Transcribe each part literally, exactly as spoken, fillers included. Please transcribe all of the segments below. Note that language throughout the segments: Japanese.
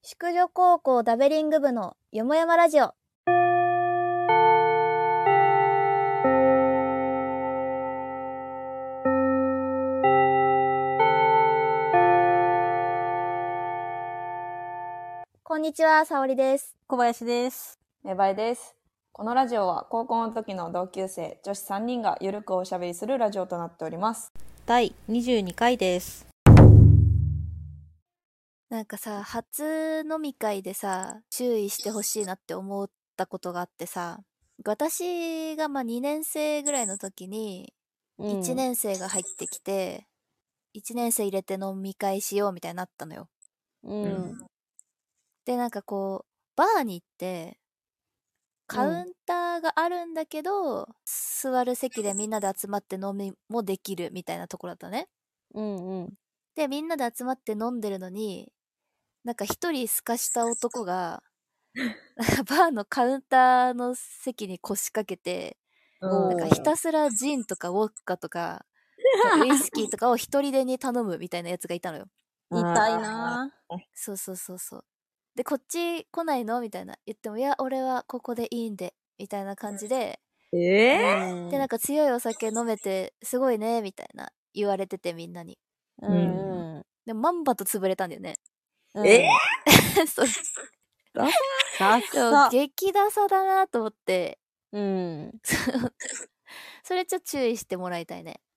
宿女高校ダベリング部のよもやまラジオ。こんにちは、さおりです。 小林です。 めばいです。このラジオは高校の時の同級生女子さんにんがゆるくおしゃべりするラジオとなっております。 だいにじゅうにかいです。 なんかさ、初飲み会でさ、注意してほしいなって思ったことがあってさ、私がまあにねん生ぐらいの時にいちねん生が入ってきて、いちねん生入れて飲み会しようみたいになったのよ。 うん。うん、 で、なんかこう、バーに行って、カウンターがあるんだけど、うん、座る席でみんなで集まって飲みもできるみたいなところだったね。 うんうん。 で、みんなで集まって飲んでるのに、なんか一人すかした男が、バーのカウンターの席に腰掛けて、なんかひたすらジンとかウォッカとか、ウイスキーとかを一人でに頼むみたいなやつがいたのよ。 痛いなぁ。 そうそうそうそう。で、こっち来ないのみたいな言っても、いや、俺はここでいいんで、みたいな感じで、 えー、で、なんか強いお酒飲めて、すごいね、みたいな言われててみんなに。 うんうん。 でも、まんばと潰れたんだよね。 えー、そう。 ダサ。 激ダサだなと思って。 うん。 それちょっと注意してもらいたいね。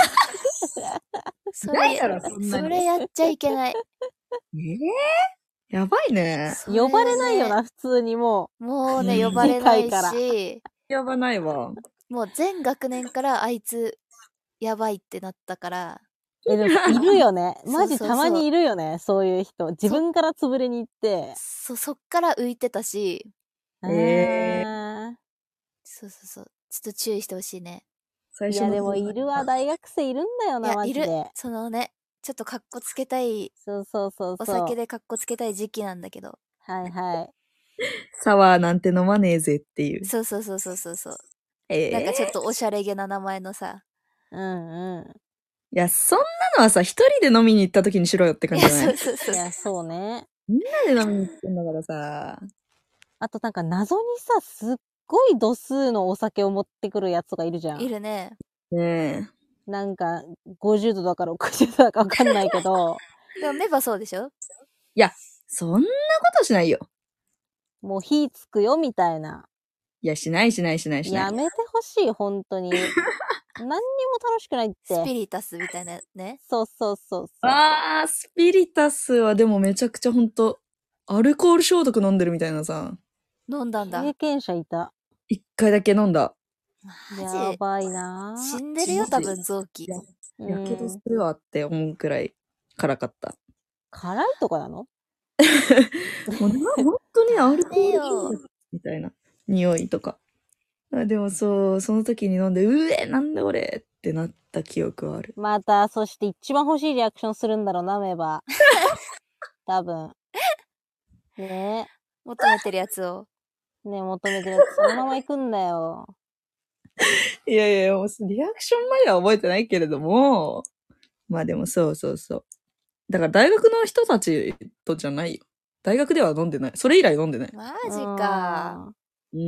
それ、 それやっちゃいけない。 えー、やばいね。 呼ばれないよな、普通にもう。もうね、呼ばれないし。 呼ばないわ。 もう全学年からあいつ、やばいってなったから。 え、でもいるよね。マジたまにいるよね、そういう人。自分から潰れに行って。 そ、そっから浮いてたし。 えー。 そうそうそう。ちょっと注意してほしいね。 いや、でもいるわ、大学生いるんだよな、マジで。いる。 そのね、ちょっとカッコつけたい。 そうそうそうそう。 お酒でカッコつけたい時期なんだけど。 はいはい。 サワーなんて飲まねえぜっていう。 そうそうそうそうそうそう。 えー、 なんかちょっとおしゃれげな名前のさ。 うんうん。 いや、そんなのはさ、一人で飲みに行った時にしろよって感じじゃない？ いや、そうそうそう。 いや、そうね。 みんなで飲みに行ってんだからさ。 あとなんか謎にさ、すっごい度数のお酒を持ってくるやつがいるじゃん。 いるね。 ねえ。なんか、ごじゅうどだかろくじゅうどだかわかんないけど。 でもメバそうでしょ？ いや、そんなことしないよ。 もう火つくよ、みたいな。 いや、しないしないしないしない。 やめてほしい、本当に。何にも楽しくないって。 スピリタスみたいなね。 そうそうそうそう。 あー、スピリタスはでもめちゃくちゃほんと、アルコール消毒飲んでるみたいなさ。 飲んだんだ。 経験者いた。 一回だけ飲んだ。 やばいなぁ。 死んでるよ、多分臓器。 やけどするわって思うくらい辛かった。 辛いとかなの？ もう本当にアルコール消毒みたいな匂いとか。でもそう、その時に飲んで、うえ、なんだ俺ってなった記憶はある。 また、そして一番欲しいリアクションするんだろうな、メバ。多分。ねえ。 求めてるやつを。 ねえ、求めてるやつそのまま行くんだよ。 いやいや、もうリアクションまでは覚えてないけれども、まあでもそうそうそう。だから大学の人たちとじゃないよ。大学では飲んでない。それ以来飲んでない。 マジか。 うん。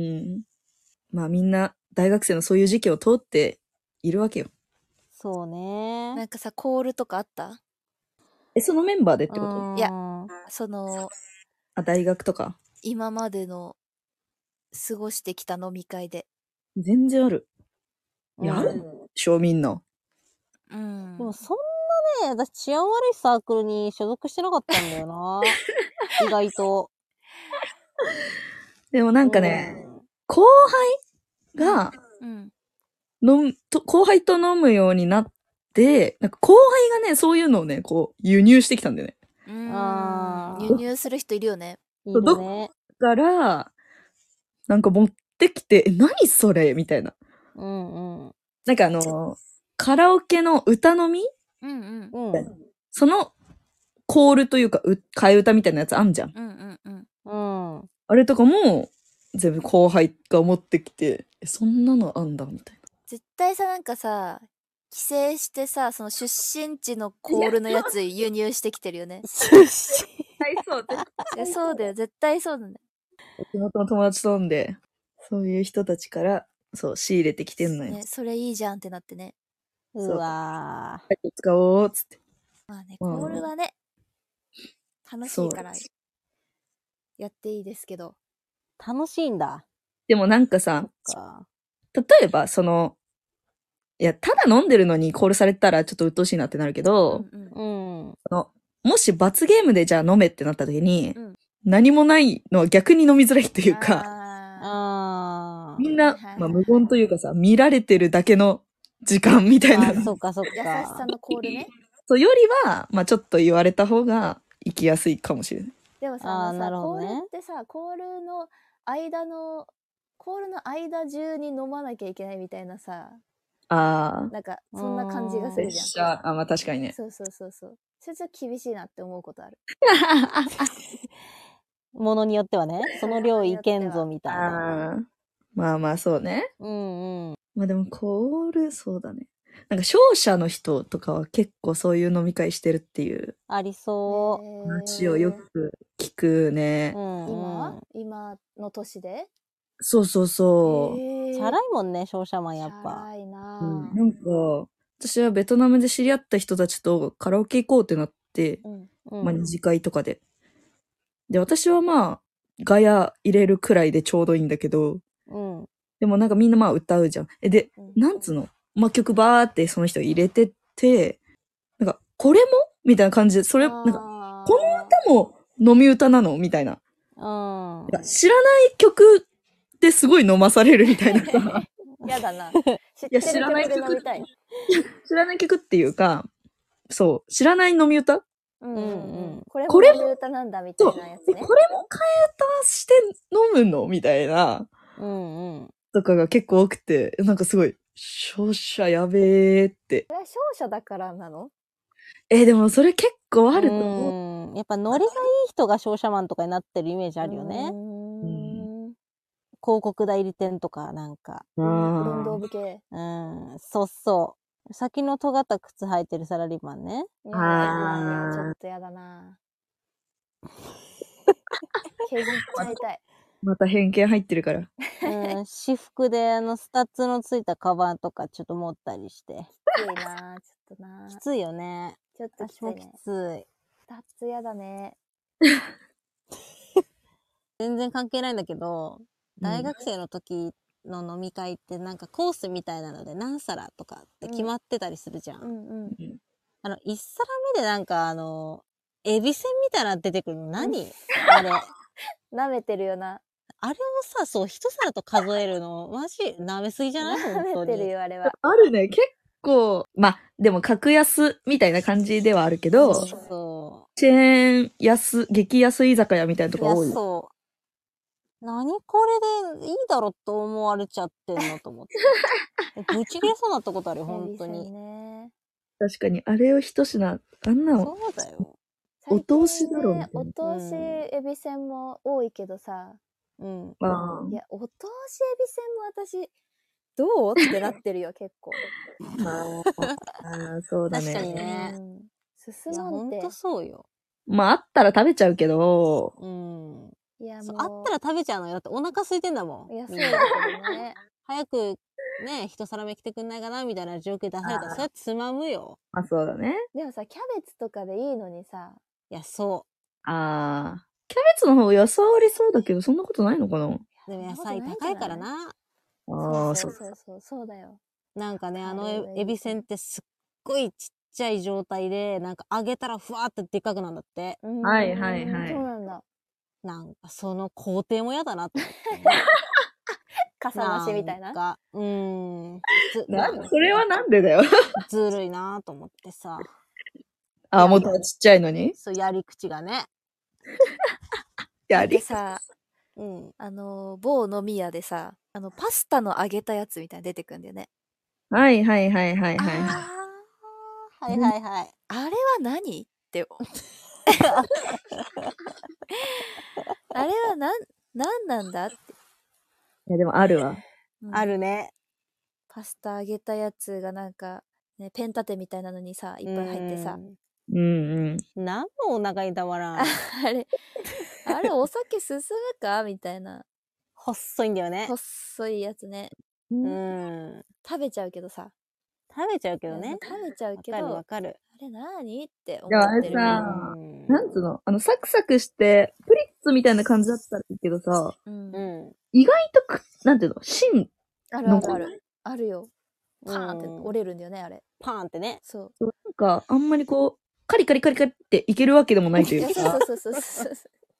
まあみんな大学生のそういう時期を通っているわけよ。 そうね。 なんかさ、コールとかあった？ え、そのメンバーでってこと？ いや、その、 あ、大学とか今までの過ごしてきた飲み会で。 全然ある。いや、ある庶民の。 うん。 でもそんなね、私治安悪いサークルに所属してなかったんだよな。意外と。 でもなんかね、うん、後輩が、うん飲むと、後輩と飲むようになって、なんか後輩がね、そういうのをね、こう、輸入してきたんだよね。 うん。あ輸入する人いるよね。 いるね。 だから、なんか持ってきて、え、何それみたいな。 うんうん。 なんかあの、カラオケの歌飲みうんうん。 その、コールというか、替え歌みたいなやつあんじゃん。 うんうんうん。 うん。 あれとかも、全部後輩が持ってきて、え、そんなのあんだみたいな。 絶対さ、なんかさ、帰省してさ、その出身地のコールのやつ輸入してきてるよね。 出身対そう。 いや、そうだよ。絶対そうなんだよ。 地元の友達と飲んで、そういう人たちから、そう、仕入れてきてんのよ。 ね、それいいじゃんってなってね。 うわはい使おうっつって。 まあね、 うんコールはね、楽しいからそうやっていいですけど。 ー。楽しいんだ。 でもなんかさ、 か。 例えば、その、いや、ただ飲んでるのにコールされたらちょっと鬱陶しいなってなるけうど、 んうん。 うん。 そのもし罰ゲームでじゃあ飲めってなった時に、 うん何もないのは逆に飲みづらいっていうか、 ああみんな、 はいはいはいまあ、無言というかさ、見られてるだけの時間みたー。 いなあ、そっかそっー優しかさ。のコールね。 そうよりは、まあちょっと言われた方が行きやすいかもしれない。 でもさ、 あーあのさ、コーなるほどねルってさ、コールの間の、コールの間中に飲まなきゃいけないみたいなさ、 ああ、 なんか、そんな感じがすプレッるじゃん。 シャー、あ、まあ確かにね。 そうそうそうそう。それちょっと厳しいなって思うことある。 ものによってはね、その量いけんぞもみたいな。 ああ、まあまあそうね。 うんうん。 まあでもコール、そうだね。なんか商社の人とかは結構そういう飲み会してるっていうありそ話をよく聞くね。 う。うん、うん。 今今の年でそうそうそう。 へーチャラいもんね、商社マンやっチャぱ。 ラいなうん、 ぁ。 なんか、私はベトナムで知り合った人たちとカラオケ行こうってなって、 うん。 うん。 まあ二次会とかで。で、私はまあ、ガヤ入れるくらいでちょうどいいんだけど、 うん。 でもなんかみんなまあ歌うじゃん。え、で、 うんなんつうのまあ曲バーってその人入れてって、なんか、これもみたいな感じで、それ、なんか、 あこの歌も飲み歌なのみたいな。 うん。 なんか知らない曲ですごい飲まされるみたいなさ。 ーやだな。知ってる知らない曲で曲飲みたい。 知らない曲っていうか、そう、知らない飲み歌うんうんうんううんん。 これもこれも飲み歌なんだみたそう。 いなやつねでこ。れも替え歌して飲むのみたいな。 うんうん。 とかが結構多くて、なんかすごい、勝者やべーって。 それは勝者だからなのえ、でもそれ結構あると思う。 うん。やっぱノリがいい人が商社マンとかになってるイメージあるよね。 うーん広告代理店とかなんか。 運動あ部系。 うん。そうそう。先の尖った靴履いてるサラリーマンね。 やだあーいやいやちょっとやだな削っちゃいたい。 また偏見入ってるから。 うん。私服であのスタッツのついたカバンとかちょっと持ったりして。 きついなちょっとなきついよね。 ちょっとき私もきついね。 つい。 ダッツやだね。 全然関係ないんだけど、 うん大学生の時の飲み会ってなんかコースみたいなので何皿とかって決まってたりするじゃん。 うんうん。 あの、一皿目でなんかあの、エビせんみたいなの出てくるの何あれ。 舐めてるよな。 あれをさ、そう、一皿と数えるの、マジ、舐めすぎじゃない舐本当に。 めてるよ、あれは。 あるね、結構。まあ、でも格安みたいな感じではあるけど、 そチェーン安、激安居酒屋みたいなとう。いや、 こ多い。 そう。何これでいいだろと思われちゃってんのと思って。ぶち切れそうになったことあるよ、本当エビせんに。 ね。 確かに、あれを一品、あんなの、 そうだよ。 お通しだろみたいな最近ねお通しエビせんも多いけどさ、 うん。 あいや、お通しエビせんも私、どうってなってるよ、結構。 ーあー、あーそうだね。 確かにね。 うん。 い進や、 まんてほんと。そうよ。 まあ、あったら食べちゃうけど、 うん。 いや、 そうもう。 あったら食べちゃうのよ。だってお腹空いてんだもん。 いや、そうみんなだけどね。 早くね、一皿目来てくんないかなみたいな状況出されたら、それはつまむよ。 まあそうだね。 でもさ、キャベツとかでいいのにさ、 いや、そああ。キャベツの方安ありそうだけど、そんなことないのかなう。でも野菜高いからな。 ああ、 そそううそうそう、そうだよ。 なんかね、あのカレーはエエビせんってすっごいちっちゃい状態で、なんか揚げたらふわーってでっかくなんだって。 はいはいはいそうなんだ。 なんかその工程も嫌だなと思って。 かさ増しみたいな。 んか、うーん。ずなんそれはなんでだよ。 ずるいなと思ってさ。 あ、もっとちっちゃいのにそう、やり口がね。 やりでさ、 うん。 あの、某飲み屋でさ、あの、パスタの揚げたやつみたいなの出てくんだよね。 はいはいはいはいあはい。 あ、はいはいはい。 あれは何って。あれはなん、なんなんだって。 いやでもあるわ。 うんあるね。 パスタ揚げたやつがなんか、ね、ペン立てみたいなのにさ、いっぱい入ってさう、んうんうん。 何もお腹にたまらん。 あれ、あれお酒進むかみたいな。 細いんだよね。 細いやつね。 うん。 食べちゃうけどさ。 食べちゃうけどね。 食べちゃうけど。 わかるわかる。 あれなーにって思でもあれってる。 さ、なんつうのあの、サクサクして、プリッツみたいな感じだったらいいけどさ、 うん。 うん。 意外とく、なんていうの芯あるあるある。あるよ。パーンって折れるんだよね、あれ。 パーンってね。 そう。 なんか、あんまりこう、カリカリカリカリっていけるわけでもないというか。 そうそうそうそう。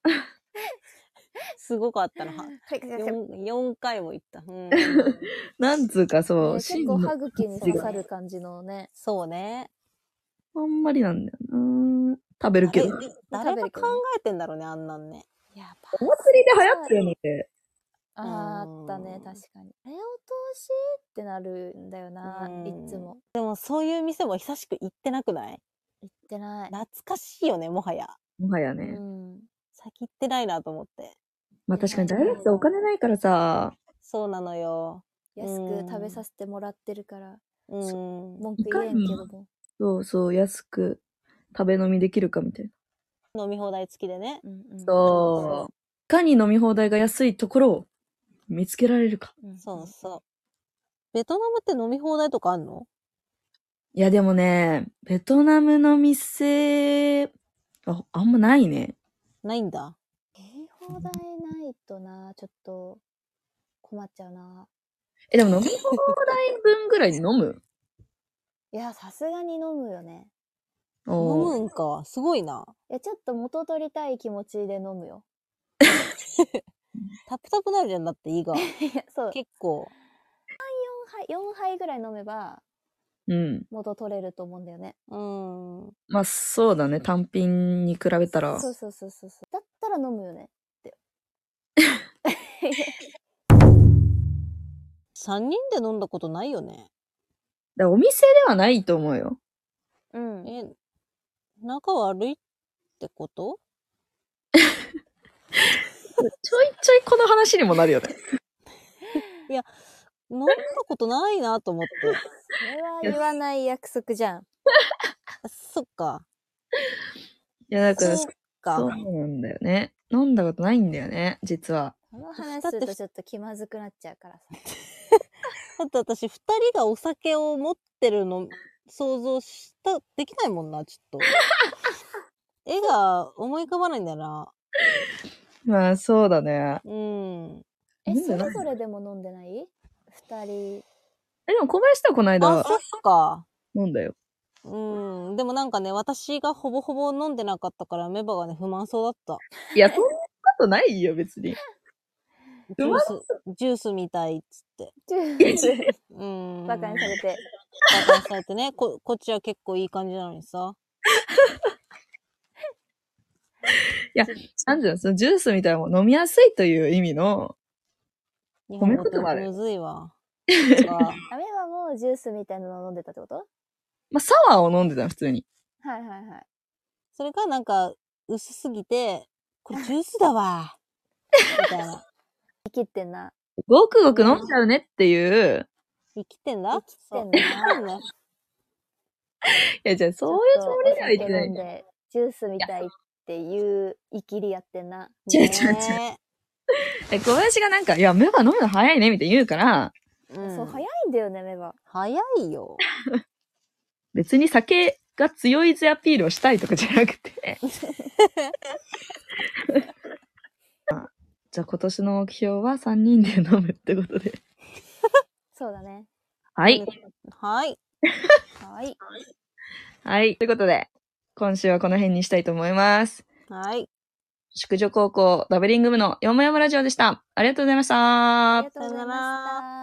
すごかったな。よんかいもいった。うん、 なんつうかそう、 ね、結構歯茎に刺さる感じのね。 そうね。 あんまりなんだよな。食べるけど。 誰が考えてんだろうね、あんなんね。 やばお祭りで流行ってるので。 ああ、あったね、確かに。目落としってなるんだよな、いつも。 でもそういう店も久しく行ってなくない？ 行ってない。 懐かしいよね、もはや。 もはやね。 うん。 先行ってないなと思って。 まあ確かに大学生お金ないからさ。 そうなのよ。 安く食べさせてもらってるから。 うん。 文句言えんけども。 そうそう、安く食べ飲みできるかみたいな。飲み放題付きでね。 うんうん、そう。いかに飲み放題が安いところを見つけられるか。 うん、そうそう。ベトナムって飲み放題とかあんの？ いやでもね、ベトナムの店、あ、あんまないね。 ないんだ。 飲み放題ないとな、ちょっと困っちゃうな。 え、でも飲み放題分ぐらい飲む？ いや、さすがに飲むよね。 飲むんか。すごいな。 いや、ちょっと元取りたい気持ちで飲むよ。 タプタプなるじゃん、だって胃が。 そう。 結構。 さん、よんはい、よんはいぐらい飲めば、 うん。 元取れると思うんだよね。 うん。 まあそうだね、単品に比べたら。 そうそうそうそう。だったら飲むよねって。 さんにんで飲んだことないよね。 だお店ではないと思うよ。 うん。 え、仲悪いってこと？ ちょいちょいこの話にもなるよね。 いや、飲んだことないなと思って。 それは言わない約束じゃん。 そっか。 いや、だから、 そっか。 そうなんだよね。飲んだことないんだよね、実は。 この話するとちょっと気まずくなっちゃうからさ。 だって私、二人がお酒を持ってるの想像した、できないもんな、ちょっと。絵が思い浮かばないんだよな。 まあ、そうだね。 うん。 え、それぞれでも飲んでない二人。 え、でも小林とはこの間。 あ、そっか。 飲んだよ。 うん。でもなんかね、私がほぼほぼ飲んでなかったから、メバがね、不満そうだった。 いや、そんなことないよ、別に。 ジュース、ジュースみたいっつって。 ジュースうん。 バカにされて。 バカにされてね。こ、こっちは結構いい感じなのにさ。 いや、なんていうの、そのジュースみたいなの飲みやすいという意味の、 褒め言葉むずいわ。 アメはもうジュースみたいなの飲んでたってこと？ まあ、サワーを飲んでた、普通に。 はいはいはい。 それがなんか、薄すぎて、これジュースだわ。みたいな。 生きってんな。 ごくごく飲んじゃうねっていう。 生きてんだ？ 生きてんな。 いや、じゃあそういうつもりでは言ってない。 飲んで、ジュースみたいっていう生きりやってんな。 違う違う違う。え、小林がなんか、いや、メバ飲むの早いね、みたいに言うから、 うん、そう、早いんだよね、メバ。 早いよ。 別に酒が強いぜアピールをしたいとかじゃなくて。じゃあ今年の目標はさんにんで飲むってことで。 そうだね。 はい。 はい。 はい。 はい。ということで、今週はこの辺にしたいと思います。 はい。 宿女高校ダブリング部のよもやまラジオでした。ありがとうございました。 ありがとうございました。